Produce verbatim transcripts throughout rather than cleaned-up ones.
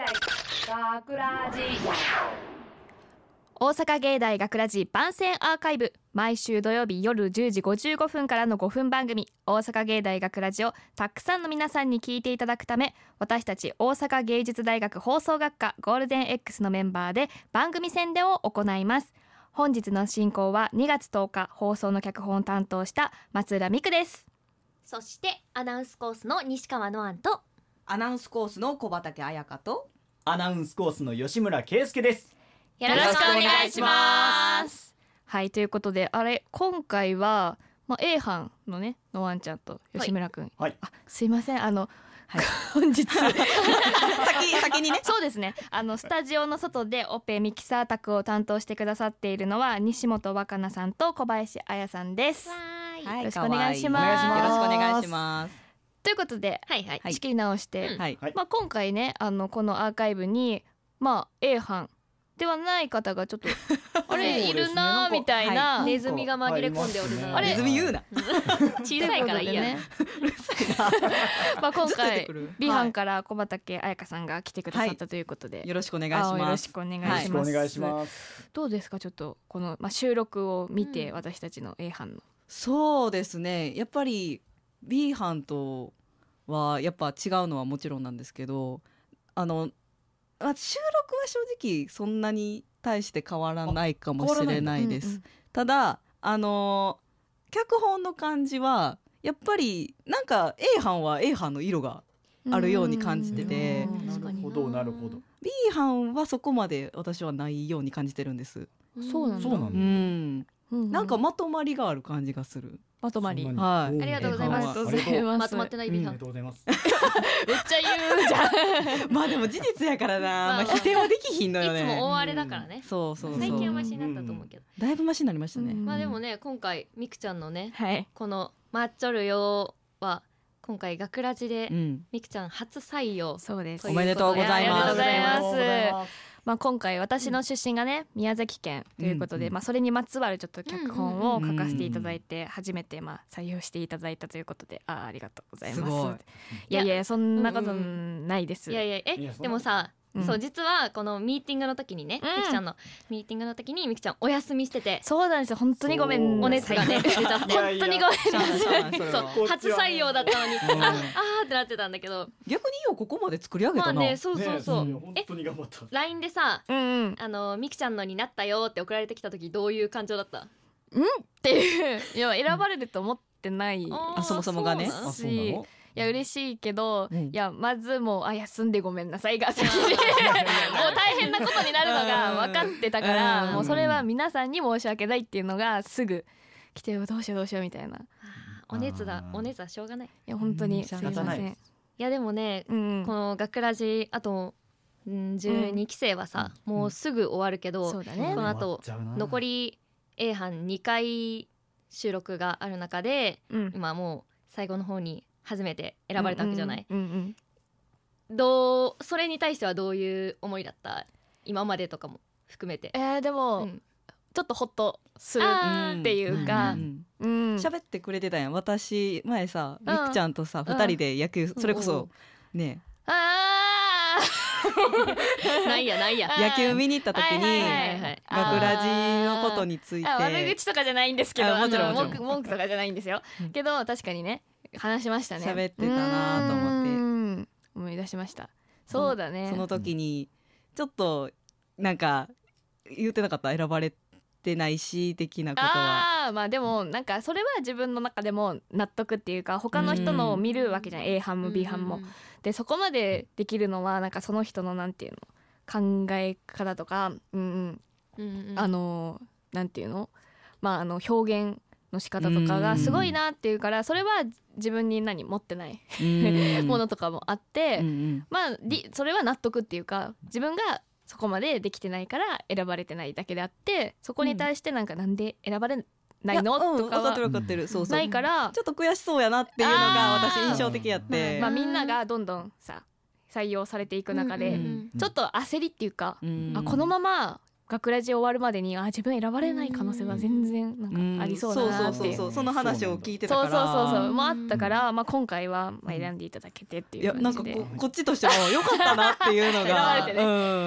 学ラジ大阪芸大学ラジ番宣アーカイブ、毎週土曜日夜じゅうじごじゅうごふんからのごふん番組大阪芸大学ラジをたくさんの皆さんに聞いていただくため、私たち大阪芸術大学放送学科ゴールデン X のメンバーで番組宣伝を行います。本日の進行はにがつとおか放送の脚本を担当した松浦美久です。 そしてアナウンスコースの西川のあんとアナウンスコースの小畑彩香とアナウンスコースの吉村圭介です。 よろしくお願いします。 はい、ということであれ今回は、まあ、A 班のねのあんちゃんと吉村くん、 はい、 あすいませんあの、はい、本日先, 先にねそうですね、あのスタジオの外でオペミキサー宅を担当してくださっているのは西本若菜さんと小林彩さんです。 はい、 よろしくお願いします。 よろしくお願いします。 ということで、 はいはい、 仕切り直して、 うんはい、 まあ、今回ねあのこのアーカイブに、まあ、A 班ではない方がちょっとあれいるなみたいな、 はい、ネズミが紛れ込んでおるな、 あれネズミ言うな小さいからいいやねまあ今回 B 班かから小畑彩香さんが来てくださったということで、 らよろしくお願いします。 よろしくお願いします、 よろしくお願いします。 どうですかちょっとこの、まあ、収録を見て、うん、私たちの A 班のそうですね、やっぱり B 班とはやっぱ違うのはもちろんなんですけど、あのまあ、収録は正直そんなに対して変わらないかもしれないです。うんうん、ただあのー、脚本の感じはやっぱりなんか A 班は A 班の色があるように感じてて、 なるほどなるほど。 B 班はそこまで私はないように感じてるんです。 そうなんだ。 そうなんだ。 うん、うん、なんかまとまりがある感じがする。 まとまり、 はい、 ありがとうございます。まとまってない B 班、 ありがとうございます。 めっちゃ言うじゃんまあでも事実やからな、まあ、否定はできひんのよね。 いつも大荒れだからね、 うん、そうそうそう、 最近はマシになったと思うけど、 だいぶマシになりましたね、 うん、まあでもね今回みくちゃんのね、 はい、 このマッチョルよは今回学ラジで、うん、みくちゃん初採用、 そうです、 おめでとうございます。 ありがとうございます。まあ、今回私の出身がね宮崎県ということで、うん、まあ、それにまつわるちょっと脚本を書かせていただいて初めてまあ採用していただいたということで、あ, ありがとうございます。 すごい。 いやいやそんなことないです。 いやいやえいやでもさ、うん、そう実はこのミーティングの時にね、うん、みくちゃんのミーティングの時にみくちゃんお休みしてて、 そうなんですよ、本当にごめん、 お熱がね出ちゃって本当にごめんなさい。 そう初採用だったのに、うん、ああーってなってたんだけど、 逆によここまで作り上げたな、 まあね、そうそうそう、 ね、本当に頑張った。 ライン でさ、 うんうん、 あのみくちゃんのになったよって送られてきた時どういう感情だった？ うんっていういや選ばれると思ってない、 うん、 あそもそもがね、 あそうなの。 いや嬉しいけど、うん、いやまずもうあ休んでごめんなさいが先にもう大変なことになるのが分かってたから、うん、もうそれは皆さんに申し訳ないっていうのがすぐ来て、どうしようどうしようみたいな、 お熱だお熱はしょうがない。いや本当にすいません。いやでもね、うん、この学ラジあとじゅうにきせいはさ、うん、もうすぐ終わるけど、うん、この後残り A 班にかい収録がある中で、うん、今もう最後の方に初めて選ばれたわけじゃない、 うんうんうんうん、どうそれに対してはどういう思いだった？今までとかも含めて。 えー、でも、うん、ちょっとホッとするっていうか、 うんうん、喋ってくれてたやん。私前さみくちゃんとさ、うん、ふたりで野球、それこそ、うん、ねあないやないや野球見に行った時に、はいはいはいはい、学ラジのことについて、 悪口とかじゃないんですけど、 もちろん文句、文句とかじゃないんですよ、うん、けど確かにね話しましたね。 喋ってたなと思ってうん思い出しました。そうだね、 その時にちょっとなんか言ってなかった？選ばれてないし的なことは。 あまあでもなんかそれは自分の中でも納得っていうか、他の人のを見るわけじゃん、A 班も B 班も。でそこまでできるのはなんかその人のなんていうの考え方とか、うんうん、あのなんていうの、まああの表現の仕方とかがすごいなっていうから、それは自分に何持ってないものとかもあって、まあそれは納得っていうか、自分がそこまでできてないから選ばれてないだけであって、そこに対してなんかなんで選ばれないのとかはないから、 ちょっと悔しそうやなっていうのが私印象的やって、 まあみんながどんどんさ採用されていく中でちょっと焦りっていうか、あこのまま学ラジ終わるまでにあ自分選ばれない可能性は全然なんかありそうだなっていう、 そうそうそうその話を聞いてたから、 そうそうそうそうもあったから、まあ、今回はまあ選んでいただけてっていう感じで、 いやなんか こ, こっちとしても良かったなっていうのが選ばれてね、 うん、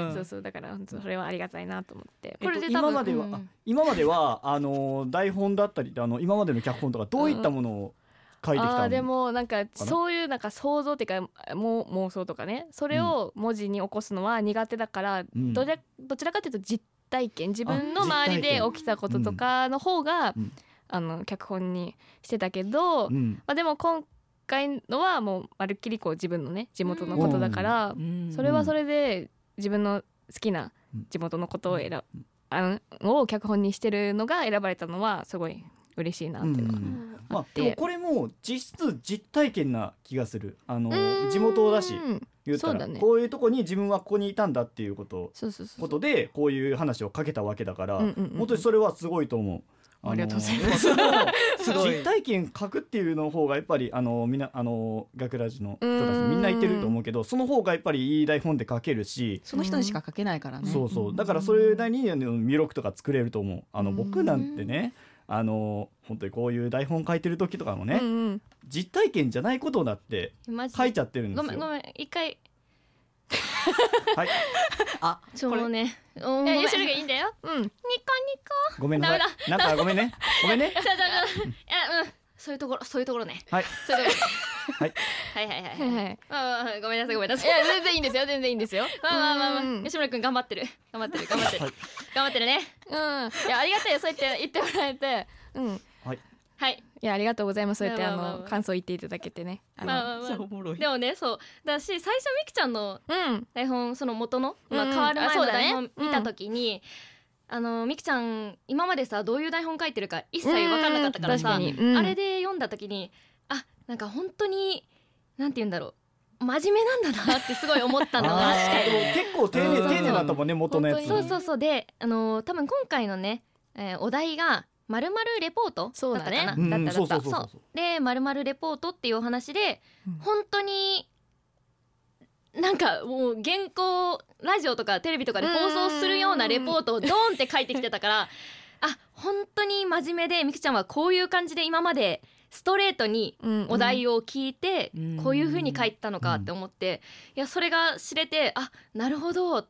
そうそうだから本当それはありがたいなと思って、 これで今までは、うん、今まではあの台本だったりあの今までの脚本とかどういったものを書いてきたの、 あでもなんかそういうなんか想像っていうかも妄想とかねそれを文字に起こすのは苦手だから、うん、ど, れどちらかというと実体験自分の周りで起きたこととかの方が、うん、あの脚本にしてたけど、うんまあ、でも今回のはもうまるっきりこう自分のね地元のことだから、うん、それはそれで自分の好きな地元のことを選ぶ、あのを脚本にしてるのが選ばれたのはすごい嬉しいなっていうのは、うんまあ、でもこれも実質実体験な気がする。あの地元だし言ったら、ね、こういうとこに自分はここにいたんだっていうことそうそうそうことでこういう話をかけたわけだから、うんうんうん、本当にそれはすごいと思う。 ありがとうございます。 実体験書くっていうの方がやっぱりあのみんなあの学ラジの人たちみんな言ってると思うけど、その方がやっぱりいい台本で書けるし、 その人にしか書けないからね。 そうそうだからそれなりに魅力とか作れると思う。あの僕なんてねあの本当にこういう台本書いてる時とかもね、うんうん、実体験じゃないことだって書いちゃってるんですよ。 ごめんごめん一回はいあちょうねいやよしるがいいんだよ。うんニコニコごめんなさいなんかごめんねごめんねじゃじゃじゃいやうんそういうところそういうところねはいそういうところはいはいはいはいはいあごめんなさいごめんなさい。いや全然いいんですよ全然いいんですよ。まあまあまあまあ吉村くん頑張ってる頑張ってる頑張ってる頑張ってるね。うんいやありがたいよそうやって言ってもらえてうんはいはいいやありがとうございます。そうやってあの感想言っていただけてね。 あのまあまあまあでもねそうだし最初みきちゃんの台本その元の、うんまあ、変わる前の台本見た時に、あのみきちゃん今までさどういう台本書いてるか一切分かんなかったからさ、うん、あれで読んだ時にあなんか本当になんて言うんだろう真面目なんだなってすごい思ったのが結構丁寧丁寧だったもんね元のやつ。 そうそうそうであの多分今回のね、えー、お題がまるまるレポートだったかな、 そうだね、だっただったそうでまるまるレポートっていうお話で、うん、本当になんかもう原稿ラジオとかテレビとかで放送するようなレポートをドーンって書いてきてたからあ本当に真面目でみきちゃんはこういう感じで今までストレートにお題を聞いてこういう風に書いたのかって思っていやそれが知れてあなるほど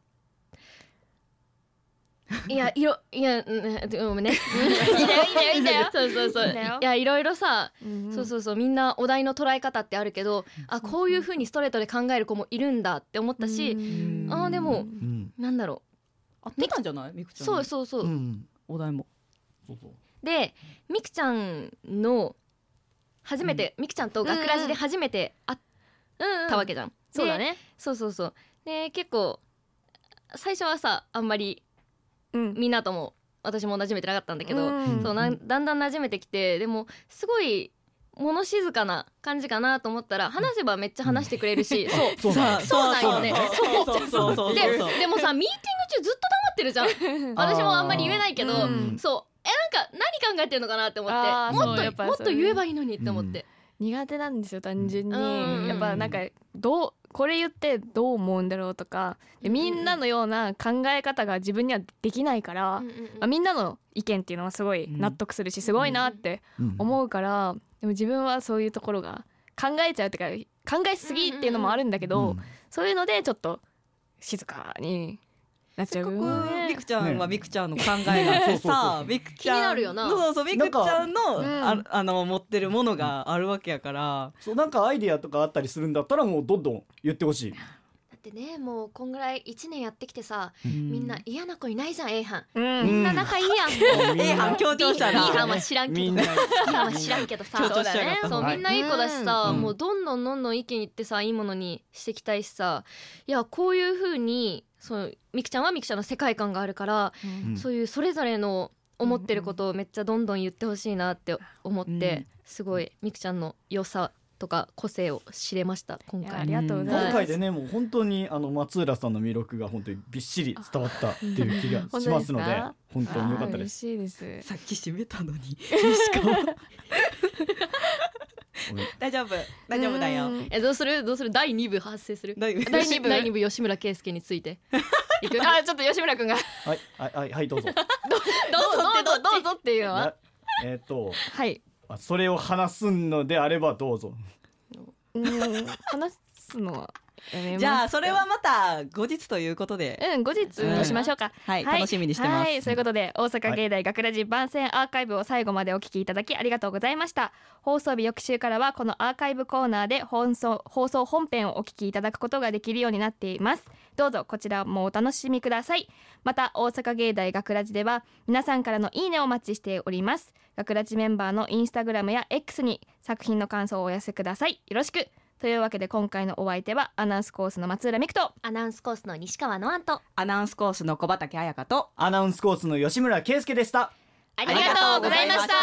いやいろいやごめんねいいんだよいいんだよいいんだよそうそうそういやいろいろさ、うんうん、そうそうそうみんなお題の捉え方ってあるけどあこういう風にストレートで考える子もいるんだって思ったしあでも、うん、なんだろう合ってたんじゃないみくちゃんそうそうそう、うん、 お題もそうそうでみくちゃんの初めて、うん、みくちゃんと学ラジで初めて会ったわけじゃん、うんうん、 そうだねそうそうそうで結構最初はさあんまりうん、みんなとも私も馴染めてなかったんだけど、うん、そうなだんだん馴染めてきてでもすごい物静かな感じかなと思ったら話せばめっちゃ話してくれるし、うん、そうそうそうなんよねででもさミーティング中ずっと黙ってるじゃん私もあんまり言えないけど、うん、そうえなんか何考えてるのかなって思ってもっともっと言えばいいのにって思って、 うん、苦手なんですよ単純に、うん、やっぱなんかどうこれ言ってどう思うんだろうとかでみんなのような考え方が自分にはできないから、うんうんうんまあ、みんなの意見っていうのはすごい納得するしすごいなって思うからでも自分はそういうところが考えちゃうっていうか考えすぎっていうのもあるんだけど、うんうん、そういうのでちょっと静かになっちゃう。 せっかくみくちゃんはみくちゃんの考えがあってさみくちゃん気になるよなそうそうみくちゃんの、うん、あ, あの持ってるものがあるわけやからそうなんかアイディアとかあったりするんだったらもうどんどん言ってほしい。 だってねもうこんぐらいいちねんやってきてさ、うん、みんな嫌な子いないじゃん A 班、うん、みんな仲いいやん A 班強調したら B 班は知らんけど B 班は知らんけどさそうだねそうみんないい子だしさ、うん、もうどんどんどんどん意見言ってさいいものにしていきたいしさいやこういう風にそうみくちゃんはみくちゃんの世界観があるから、うん、そういうそれぞれの思ってることをめっちゃどんどん言ってほしいなって思って、うん、すごいみくちゃんの良さとか個性を知れました今回。 ありがとうございます。 今回でねもう本当にあの松浦さんの魅力が本当にびっしり伝わったっていう気がしますので本当に良かったです。 嬉しいです。 さっき締めたのにしかも大丈夫大丈夫だよ。 えどうするどうするだいに部発生するだいに部だいに部吉村圭介についていくあちょっと吉村くんがはいはいはいはいどうぞどうぞどうぞどうぞっていうのはえっとはいそれを話すのであればどうぞ。 うん話すのはじゃあそれはまた後日ということで、 うん後日としましょうか、 うん、はい、はい、楽しみにしてます、 はい、そういうことで大阪芸大学ラジ番宣アーカイブを最後までお聞きいただきありがとうございました。放送日翌週からはこのアーカイブコーナーで放送放送本編をお聞きいただくことができるようになっています。どうぞこちらもお楽しみください。また大阪芸大学ラジでは皆さんからのいいねをお待ちしております。学ラジメンバーのインスタグラムや X に作品の感想をお寄せください。よろしく。というわけで今回のお相手はアナウンスコースの松浦美久とアナウンスコースの西川のあんとアナウンスコースの小畑彩香とアナウンスコースの吉村圭介でした。 ありがとうございました。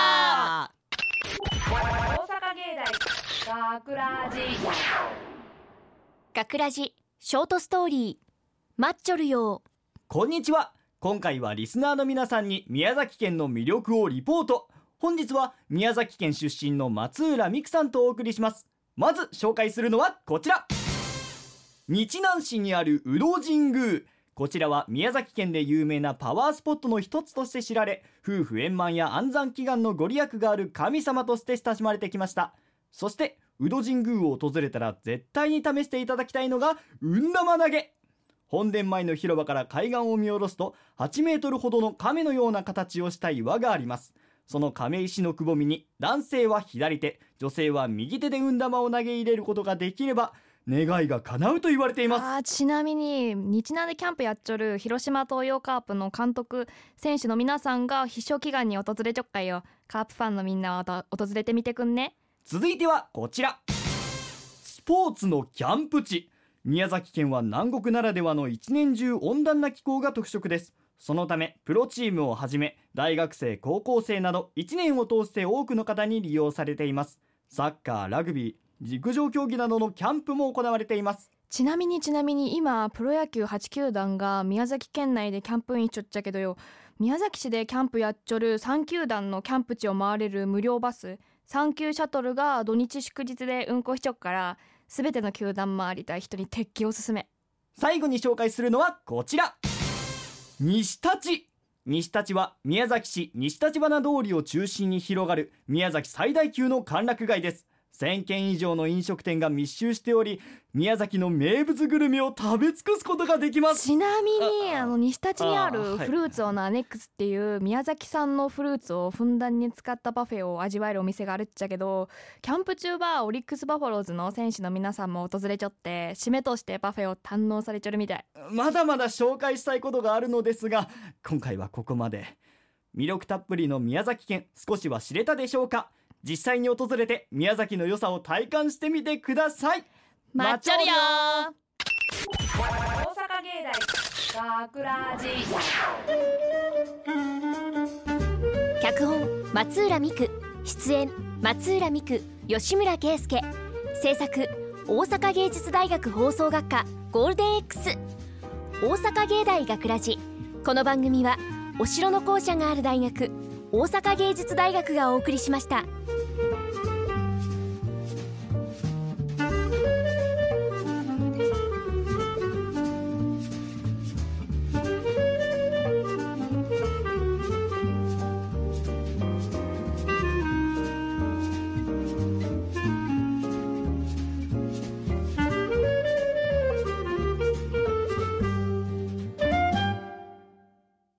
大阪芸大学ラジ学ラジショートストーリーマッチョルよ。 こんにちは。今回はリスナーの皆さんに宮崎県の魅力をリポート。本日は宮崎県出身の松浦美久さんとお送りします。まず紹介するのはこちら、日南市にある宇戸神宮。こちらは宮崎県で有名なパワースポットの一つとして知られ、夫婦円満や安産祈願のご利益がある神様として親しまれてきました。そして宇戸神宮を訪れたら絶対に試していただきたいのが運玉投げ。本殿前の広場から海岸を見下ろすとはちメートルほどの亀のような形をした岩があります。その亀石のくぼみに男性は左手、女性は右手で運玉を投げ入れることができれば願いが叶うと言われています。 あちなみに日南でキャンプやっちょる広島東洋カープの監督選手の皆さんが必勝祈願に訪れちょっかいよ。カープファンのみんなは訪れてみてくんね。 続いてはこちら、スポーツのキャンプ地。宮崎県は南国ならではの一年中温暖な気候が特色です。そのためプロチームをはじめ大学生高校生などいちねんを通して多くの方に利用されています。サッカー、ラグビー、陸上競技などのキャンプも行われています。 ちなみにちなみに今プロ野球はち球団が宮崎県内でキャンプインしちょっちゃけどよ、宮崎市でキャンプやっちょるさん球団のキャンプ地を回れる無料バスさん級シャトルが土日祝日で運行しちょっから、すべての球団回りたい人に鉄器おすすめ。 最後に紹介するのはこちら、西立。西立は宮崎市西立花通りを中心に広がる宮崎最大級の歓楽街です。せんけん以上の飲食店が密集しており、宮崎の名物グルメを食べ尽くすことができます。 ちなみにあの西立にあるフルーツオーナーネックスっていう宮崎産のフルーツをふんだんに使ったパフェを味わえるお店があるっちゃけど、キャンプ中はオリックスバファローズの選手の皆さんも訪れちょって締めとしてパフェを堪能されちょるみたい。 まだまだ紹介したいことがあるのですが、今回はここまで。魅力たっぷりの宮崎県、少しは知れたでしょうか。実際に訪れて宮崎の良さを体感してみてください。 まっちゃるよ大阪芸大学ラジ。 脚本松浦美久、出演松浦美久、吉村圭介、制作大阪芸術大学放送学科ゴールデン X。 大阪芸大学ラジ。この番組はお城の校舎がある大学大阪芸術大学がお送りしました。